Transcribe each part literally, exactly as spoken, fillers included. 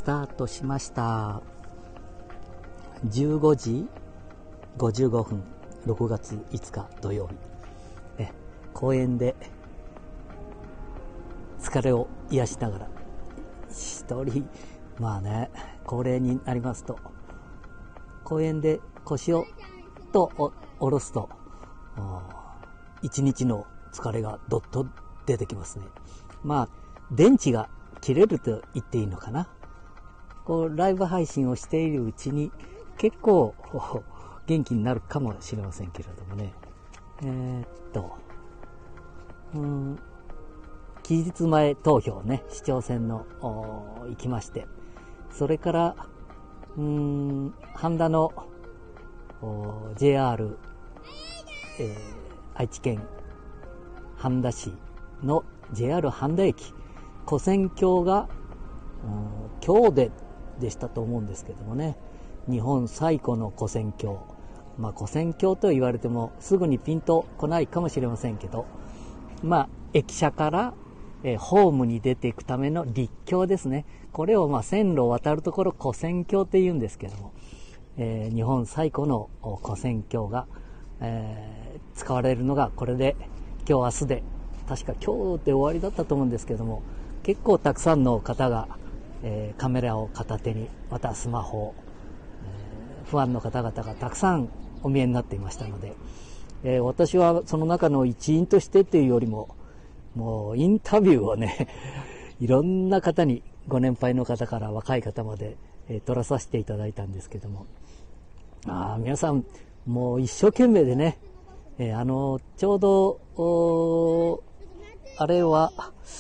スタートしました。じゅうごじごじゅうごふん、ろくがついつか土曜日、え公園で疲れを癒しながら一人、まあね、高齢になりますと公園で腰をと下ろすと一日の疲れがどっと出てきますね。まあ電池が切れると言っていいのかな。こうライブ配信をしているうちに結構元気になるかもしれませんけれどもね。えー、っとうーん期日前投票ね、市長選の行きまして、それからうーん半田の ジェイアール、えー、愛知県半田市の ジェイアール 半田駅跨線橋が今日ででしたと思うんですけどもね、日本最古の跨線橋、まあ跨線橋と言われてもすぐにピンとこないかもしれませんけど、まあ駅舎からえホームに出ていくための陸橋ですね。これをまあ線路を渡るところ跨線橋って言うんですけども、えー、日本最古の跨線橋が、えー、使われるのがこれで今日明日で、確か今日で終わりだったと思うんですけども、結構たくさんの方が、えー、カメラを片手にまたスマホを、えー、ファンの方々がたくさんお見えになっていましたので、えー、私はその中の一員としてというよりももうインタビューをねいろんな方に、ご年配の方から若い方まで、えー、撮らさせていただいたんですけども、あ皆さんもう一生懸命でね、えー、あのちょうどあれは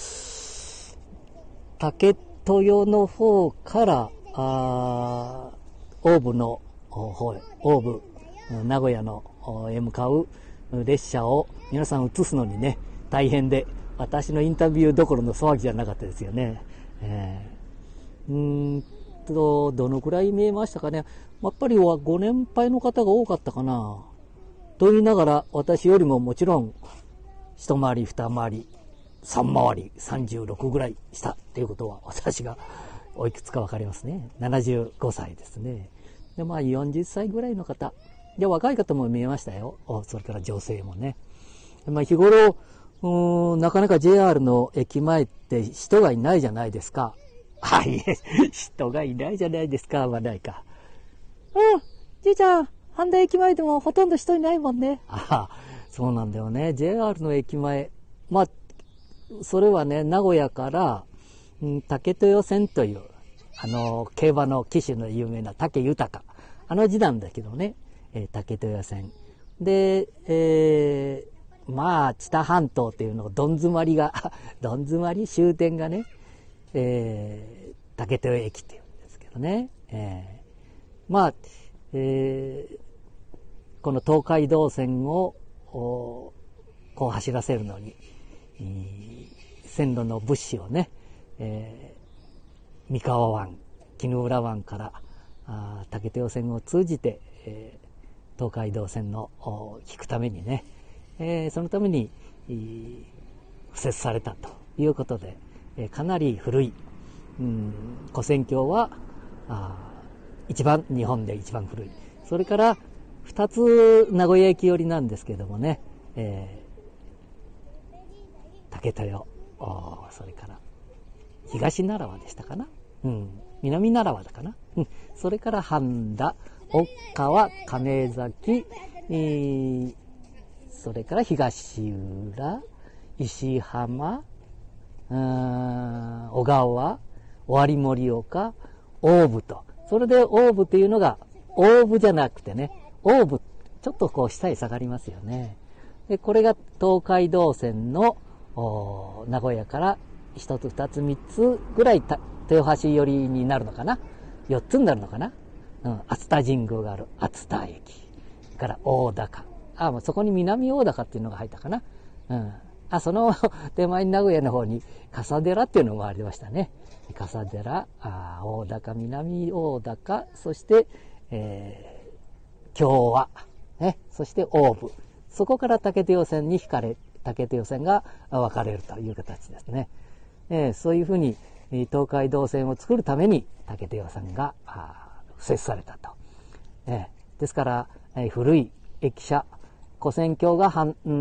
竹豊の方からあ大部の方へ、大部名古屋のへ向かう列車を皆さん映すのにね大変で、私のインタビューどころの騒ぎじゃなかったですよね。えー、うーんとどのくらい見えましたかね。やっぱりはご年配の方が多かったかなと言いながら、私よりももちろん一回り二回り三回りさんじゅうろくぐらいしたということは、私がおいくつか分かりますね。ななじゅうごさいですね。でまあよんじゅっさいぐらいの方で、若い方も見えましたよ。それから女性もね。まあ日頃うーんなかなか ジェイアール の駅前って人がいないじゃないですか。はい、人がいないじゃないですかはないか。うん、じいちゃん、半田駅前でもほとんど人いないもんね。ああ、そうなんだよね。ジェイアール の駅前、まあそれはね、名古屋から、うん、竹豊線というあの競馬の騎手の有名な武豊、あの字なんだけどね、えー、竹豊線で、えーまあ知多半島っていうのをどん詰まりがどん詰まり終点がね、えー、竹豊駅っていうんですけどね、えー、まあ、えー、この東海道線をこう走らせるのに、えー、線路の物資をね、えー、三河湾、衣浦湾からあ竹豊線を通じて、えー、東海道線の引くためにね、えー、そのために敷設されたということで、えー、かなり古い、うん、跨線橋はあ一番日本で一番古い。それからふたつ名古屋駅寄りなんですけどもね、えー、竹豊、それから東奈良はでしたかな、うん、南奈良はだかな、うん、それから半田、奥川、金崎、えーそれから東浦、石浜、うーん小川、尾張盛岡、大部と、それで大部というのが大部じゃなくてね、大部、ちょっとこう下へ下がりますよね。でこれが東海道線の名古屋から一つ二つ三つぐらい豊橋寄りになるのかな、四つになるのかな、うん、熱田神宮がある熱田駅から大高、ああそこに南大高っていうのが入ったかな、うん、あその手前に名古屋の方に笠寺っていうのもありましたね。笠寺、あ大高、南大高、そして、えー、京和、ね、そして大部、そこから竹豊線に引かれ、竹豊線が分かれるという形ですね。えー、そういうふうに、 東海道線を作るために竹手岩さんが敷設されたと。えー、ですから、えー、古い駅舎、跨線橋が半、うん、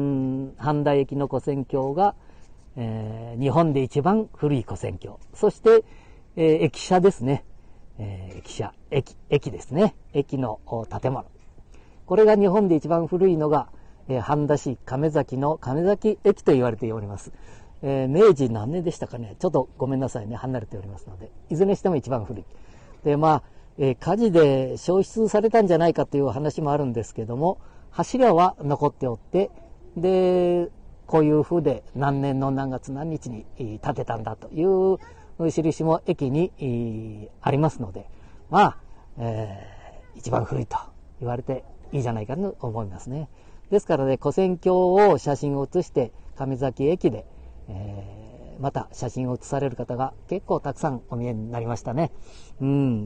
半田駅の跨線橋が、えー、日本で一番古い跨線橋。そして、えー、駅舎ですね。えー、駅舎、駅、駅ですね。駅の建物。これが日本で一番古いのが、えー、半田市亀崎の亀崎駅と言われております。えー、明治何年でしたかね。ちょっとごめんなさいね。離れておりますので。いずれにしても一番古い。で、まあ、えー、火事で焼失されたんじゃないかという話もあるんですけども、柱は残っておって、で、こういう風で何年の何月何日に建てたんだという印も駅にありますので、まあ、えー、一番古いと言われていいじゃないかと思いますね。ですからね、跨線橋を写真を写して亀崎駅で、えー、また写真を写される方が結構たくさんお見えになりましたね。うん。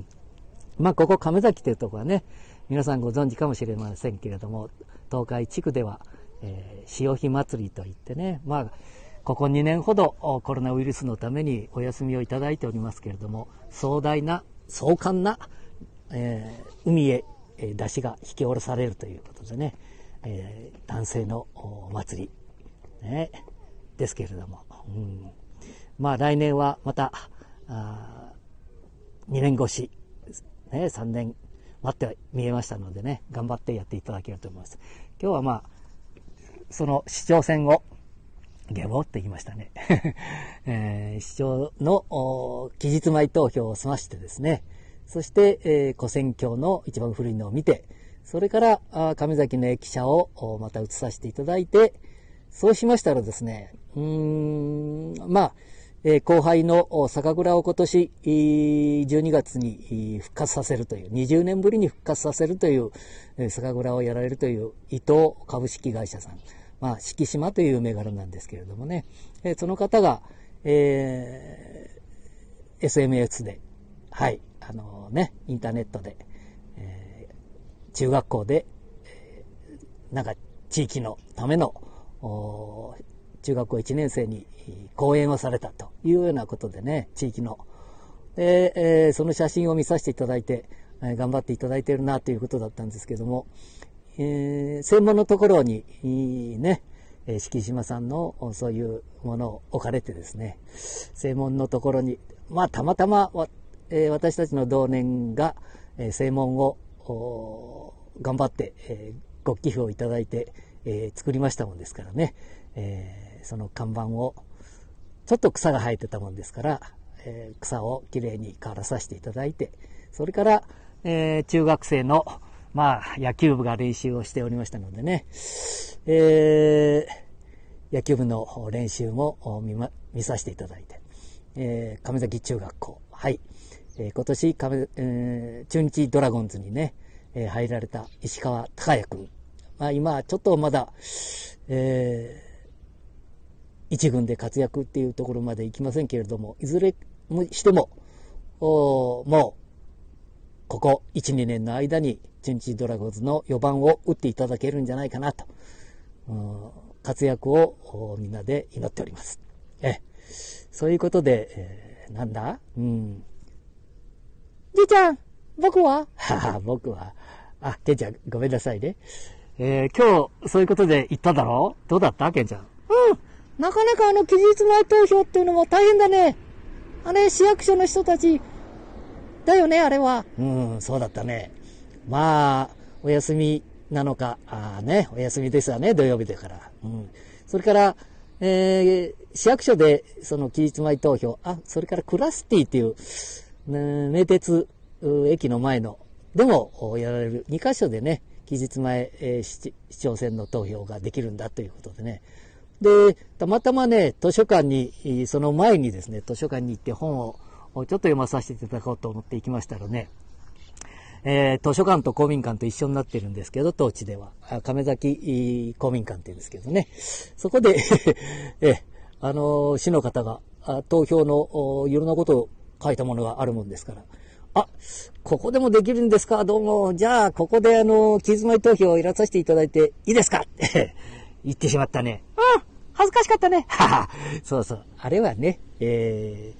まあ、ここ亀崎というところはね、皆さんご存知かもしれませんけれども、東海地区では、えー、潮干祭りといってね、まあ、ここにねんほどコロナウイルスのためにお休みをいただいておりますけれども、壮大な、壮観な、えー、海へ出汁が引き下ろされるということでね、えー、男性のお祭り、ね、ですけれども、うん、まあ来年はまたあにねん越し、ね、さんねん待って見えましたのでね、頑張ってやっていただけると思います。今日はまあその市長選をゲボって言いましたね、えー、市長の期日前投票を済ましてですね、そして、えー、跨線橋の一番古いのを見て、それからあ亀崎の駅舎をまた移させていただいて、そうしましたらですね、うーんまあ、えー、後輩の酒蔵を今年じゅうにがつに復活させるという、にじゅうねんぶりに復活させるという、えー、酒蔵をやられるという伊藤株式会社さん、まあ、四季島という銘柄なんですけれどもね、えー、その方が、えー、エスエヌエス で、はい、あのね、インターネットで、えー、中学校で、えー、なんか地域のための中学校いちねん生に講演をされたというようなことでね、地域の、で、えー、その写真を見させていただいて、えー、頑張っていただいているなということだったんですけども、えー、正門のところにね、四季島さんのそういうものを置かれてですね、正門のところに、まあたまたまえー、私たちの同年が、えー、正門を頑張って、えー、ご寄付をいただいて、えー、作りましたもんですからね、えー、その看板をちょっと草が生えてたもんですから、えー、草をきれいに刈らさせていただいて、それから、えー、中学生のまあ野球部が練習をしておりましたのでね、えー、野球部の練習も 見, ま、見させていただいて、えー、亀崎中学校、はい、えー、今年亀、えー、中日ドラゴンズにね、えー、入られた石川昂弥君、まあ、今ちょっとまだ、えー、一軍で活躍っていうところまでいきませんけれども、いずれにしてもおもうここ いちにねんの間に中日ドラゴンズのよばんを打っていただけるんじゃないかなと、活躍をみんなで祈っております。えそういうことで、えー、なんだ、うん、じいちゃん、僕ははは、僕は。あ、ケンちゃん、ごめんなさいね。えー、今日、そういうことで言っただろう？どうだったケンちゃん。うん。なかなかあの、期日前投票っていうのも大変だね。あれ、市役所の人たち、だよね、あれは。うん、そうだったね。まあ、お休みなのか、あね、お休みですわね、土曜日だから。うん。それから、えー、市役所で、その期日前投票、あ、それからクラスティっていう、名鉄駅の前のでもやられるにかしょでね、期日前、えー、市, 市長選の投票ができるんだということでね、でたまたまね図書館にその前にですね図書館に行って本をちょっと読まさせていただこうと思って行きましたらね、えー、図書館と公民館と一緒になってるんですけど、当地では亀崎公民館って言うんですけどね、そこでえあの市の方が投票のいろんなことを書いたものがあるもんですから、あ、ここでもできるんですか、どうも、じゃあここであの期日前投票をやらさせていただいていいですかって言ってしまったね。うん、恥ずかしかったね。はは、そうそう、あれはね、えー、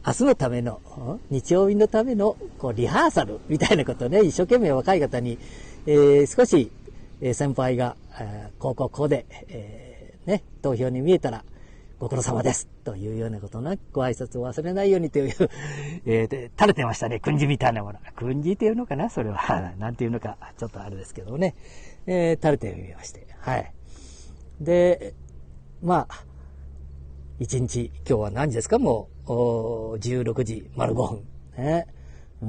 明日のための、日曜日のためのこうリハーサルみたいなことをね、一生懸命若い方に、えー、少し、えー、先輩が、えー、こうこうこうで、えー、ね、投票に見えたら、ご苦労様ですというようなことのご挨拶を忘れないようにという、えー、で垂れてましたね。訓示みたいなもの。訓示っていうのかなそれは。なんていうのか、ちょっとあれですけどね。えー、垂れてみまして。はい。で、まあ、一日、今日は何時ですかもう、じゅうろくじまるごふん。ね。うん。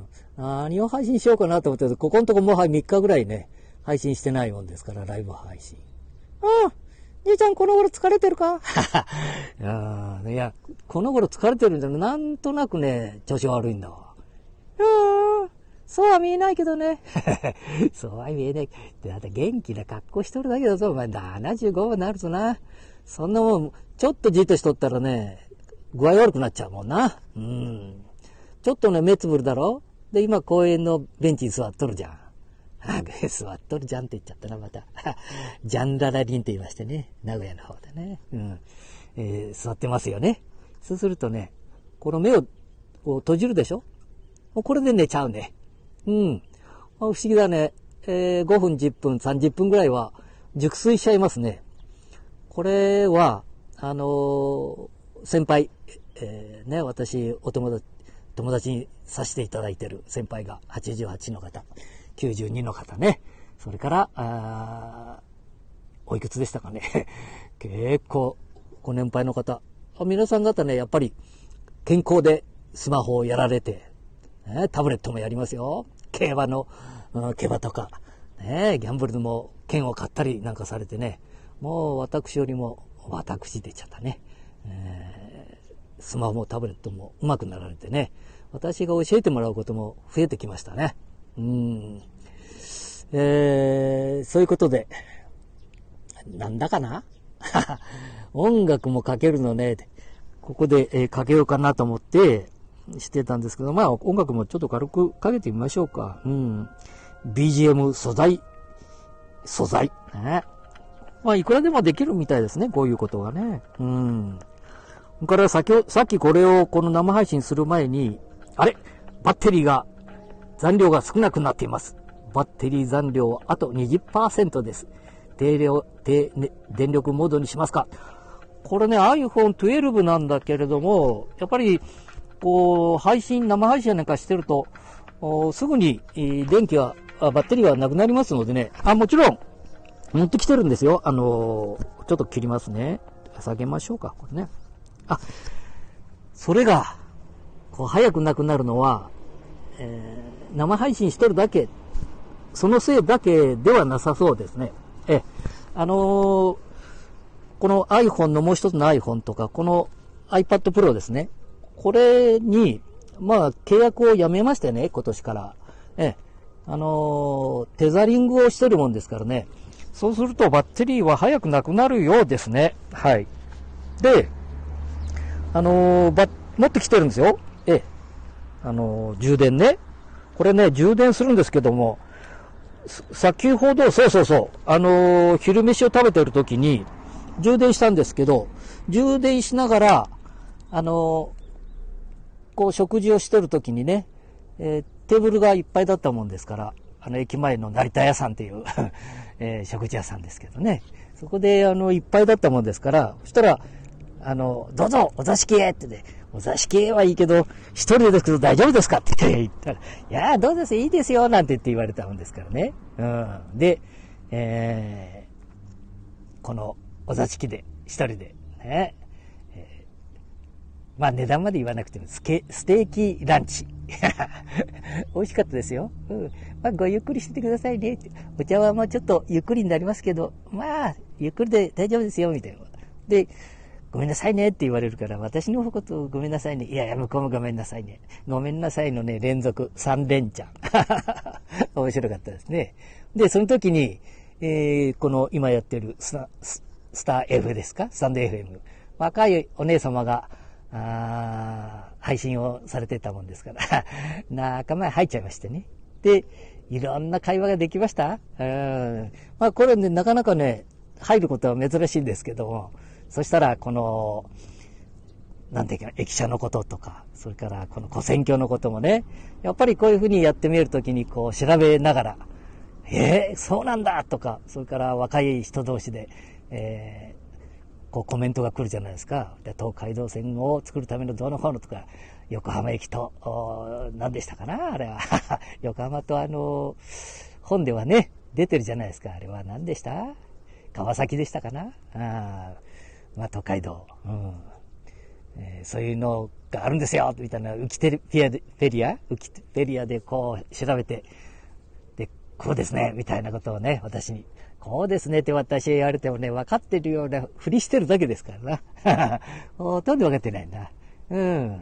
何を配信しようかなと思って、ここのとこもうみっかぐらいね、配信してないもんですから、ライブ配信。うん。兄ちゃん、この頃疲れてるかいや、この頃疲れてるんだよ。なんとなくね、調子悪いんだわ。うん。そうは見えないけどね。そうは見えない。だって元気な格好しとるだけだぞ。お前、ななじゅうごになるとな。そんなもん、ちょっとじっとしとったらね、具合悪くなっちゃうもんな。うん。ちょっとね、目つぶるだろ。で、今公園のベンチに座っとるじゃん。座っとるじゃんって言っちゃったな、また。ジャンララリンって言いましてね。名古屋の方でね。うん。えー、座ってますよね。そうするとね、この目をこう閉じるでしょ？これで寝ちゃうね。うん。不思議だね。えー、ごふん、じゅっぷん、さんじゅっぷんぐらいは熟睡しちゃいますね。これは、あのー、先輩、えー、ね、私、お友達、友達にさせていただいてる先輩がはちじゅうはちの方。きゅうじゅうにの方ね。それから、あおいくつでしたかね。結構、ご年配の方。皆さん方ね、やっぱり健康でスマホをやられて、ね、タブレットもやりますよ。競馬の、うん、競馬とか、ね、ギャンブルでも券を買ったりなんかされてね、もう私よりも、私出ちゃったね。えー、スマホもタブレットも上手くなられてね、私が教えてもらうことも増えてきましたね。うん、えー、そういうことで、なんだかな音楽もかけるのね、ここで、えー、かけようかなと思ってしてたんですけど、まあ音楽もちょっと軽くかけてみましょうか。うん、ビージーエム 素材、素材。ね、まあいくらでもできるみたいですね、こういうことがね。うん。それから先を、さっきこれをこの生配信する前に、あれバッテリーが残量が少なくなっています。バッテリー残量あと にじゅっパーセント です。低量、低、ね、電力モードにしますか。これね、アイフォントゥエルブ なんだけれども、やっぱり、こう、配信、生配信なんかしてると、すぐに電気が、バッテリーがなくなりますのでね、あ、もちろん、持ってきてるんですよ。あのー、ちょっと切りますね。下げましょうか、これね。あ、それが、こう、早くなくなるのは、えー、生配信してるだけ、そのせいだけではなさそうですね。え、あのー、この iPhone のもう一つの iPhone とか、この iPad Pro ですね。これに、まあ、契約をやめましてね、今年から。え、あのー、テザリングをしてるもんですからね。そうするとバッテリーは早くなくなるようですね。はい。で、あのー、ば、持ってきてるんですよ。え、あのー、充電ね。これね、充電するんですけども、先ほど、そうそうそう、あのー、昼飯を食べてる時に、充電したんですけど、充電しながら、あのー、こう食事をしてる時にね、えー、テーブルがいっぱいだったもんですから、あの駅前の成田屋さんっていう、えー、食事屋さんですけどね、そこであのいっぱいだったもんですから、そしたら、あの、どうぞお座敷へってね、お座敷へはいいけど、一人ですけど大丈夫ですかって言ったら、いやーどうですいいですよなんて言って言われたもんですからね。うん。で、えー、このお座敷で一人でね、えー、まあ値段まで言わなくてもスケステーキランチ美味しかったですよ。うん。まあごゆっくりしててくださいね。お茶はもうちょっとゆっくりになりますけど、まあゆっくりで大丈夫ですよみたいな。で、ごめんなさいねって言われるから、私のことごめんなさいね。いやいや、向こうもごめんなさいね。ごめんなさいのね、連続、三連チャン。面白かったですね。で、その時に、えー、この今やってるスタ、スター F ですか？スタンド エフエム。若いお姉様が、あ配信をされてたもんですから、仲間に入っちゃいましてね。で、いろんな会話ができました。うん。まあ、これね、なかなかね、入ることは珍しいんですけども、そしたら、この、 なんていうか、駅舎のこととか、それからこの古戦況のこともね、やっぱりこういうふうにやってみるときにこう調べながら、えー、そうなんだとか、それから若い人同士で、えー、こうコメントが来るじゃないですか。で、東海道線を作るためのどうのこうのとか、横浜駅と、何でしたかなあれは。横浜とあの、本ではね、出てるじゃないですか。あれは何でした川崎でしたかなあまあ、東海道。うんえー、そういうのがあるんですよみたいな、ウキテペリアウキペリアでこう調べて、で、こうですね、みたいなことをね、私に、こうですねって私言われてもね、分かってるようなふりしてるだけですからな。ほとんど分かってないな。うん。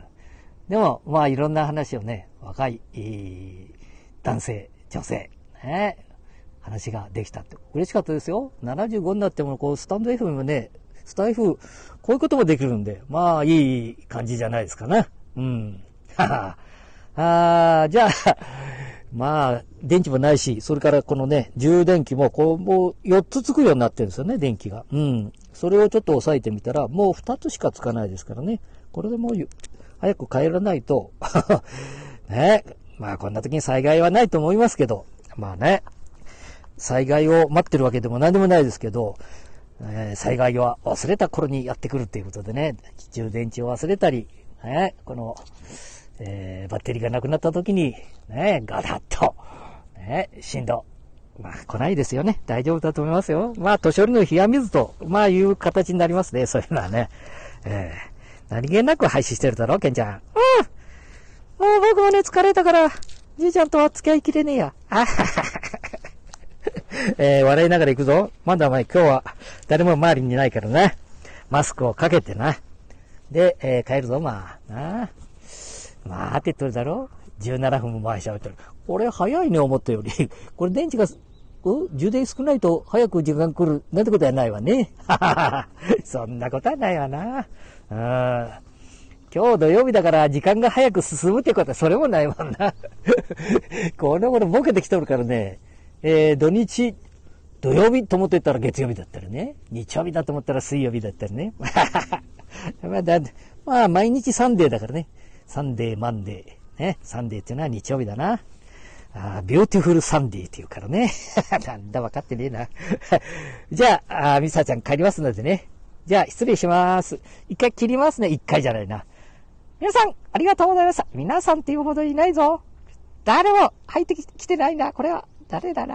でも、まあ、いろんな話をね、若い、えー、男性、女性、ね、話ができたって。嬉しかったですよ。ななじゅうごになっても、こう、スタンド エフエム もね、スタイフ、こういうこともできるんで、まあ、いい感じじゃないですかな。うん。はは。あー、じゃあ、まあ、電池もないし、それからこのね、充電器も、こう、もうよっつつくようになってるんですよね、電気が。うん。それをちょっと押さえてみたら、もうふたつしかつかないですからね。これでもう、早く帰らないと、ね。まあ、こんな時に災害はないと思いますけど、まあね、災害を待ってるわけでも何でもないですけど、えー、災害は忘れた頃にやってくるっていうことでね、充電池を忘れたり、ね、この、えー、バッテリーがなくなった時に、ね、ガタッと、ね、振動。まあ、来ないですよね。大丈夫だと思いますよ。まあ、年寄りの冷や水と、まあ、いう形になりますね。そういうのはね。えー、何気なく廃止してるだろ、ケンちゃん。うん。もう僕もね、疲れたから、じいちゃんとは付き合いきれねえや。あははは。えー、笑いながら行くぞ。まだ前、今日は誰も周りにいないからな。マスクをかけてな。で、えー、帰るぞ、まあ。なまあ、って言っとるだろ。じゅうななふんも前しゃべってる。これ早いね、思ったより。これ電池が、う充電少ないと早く時間来る。なんてことはないわね。そんなことはないわな。うん。今日土曜日だから時間が早く進むってことはそれもないもんな。この頃ボケてきとるからね。えー、土日、土曜日と思ってたら月曜日だったりね。日曜日だと思ったら水曜日だったりね。まあ、だまあ、毎日サンデーだからね。サンデー、マンデー。ね。サンデーっていうのは日曜日だな。あビューティフルサンデーって言うからね。なんだ分かってねえな。じゃあ、あミサちゃん帰りますのでね。じゃあ、失礼します。一回切りますね。一回じゃないな。皆さん、ありがとうございました。皆さんっていうほどいないぞ。誰も入ってきてないな。これは。誰だな。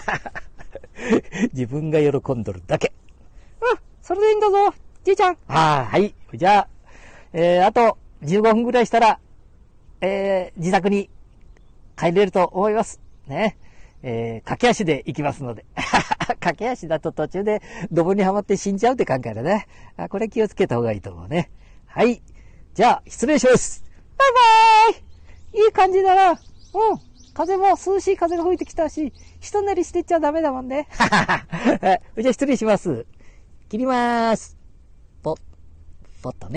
自分が喜んどるだけ。うん、それでいいんだぞ、じいちゃん。あはい。じゃあ、えー、あとじゅうごふんぐらいしたら、えー、自宅に帰れると思います。ね。えー、駆け足で行きますので。駆け足だと途中でドボにはまって死んじゃうって考えだね。あ、これ気をつけた方がいいと思うね。はい。じゃあ、失礼します。バイバーイ。いい感じだな。うん。風も涼しい風が吹いてきたし、人寝りしてっちゃダメだもんね。じゃあ失礼します。切りまーす。ぽっ、ぽっとね。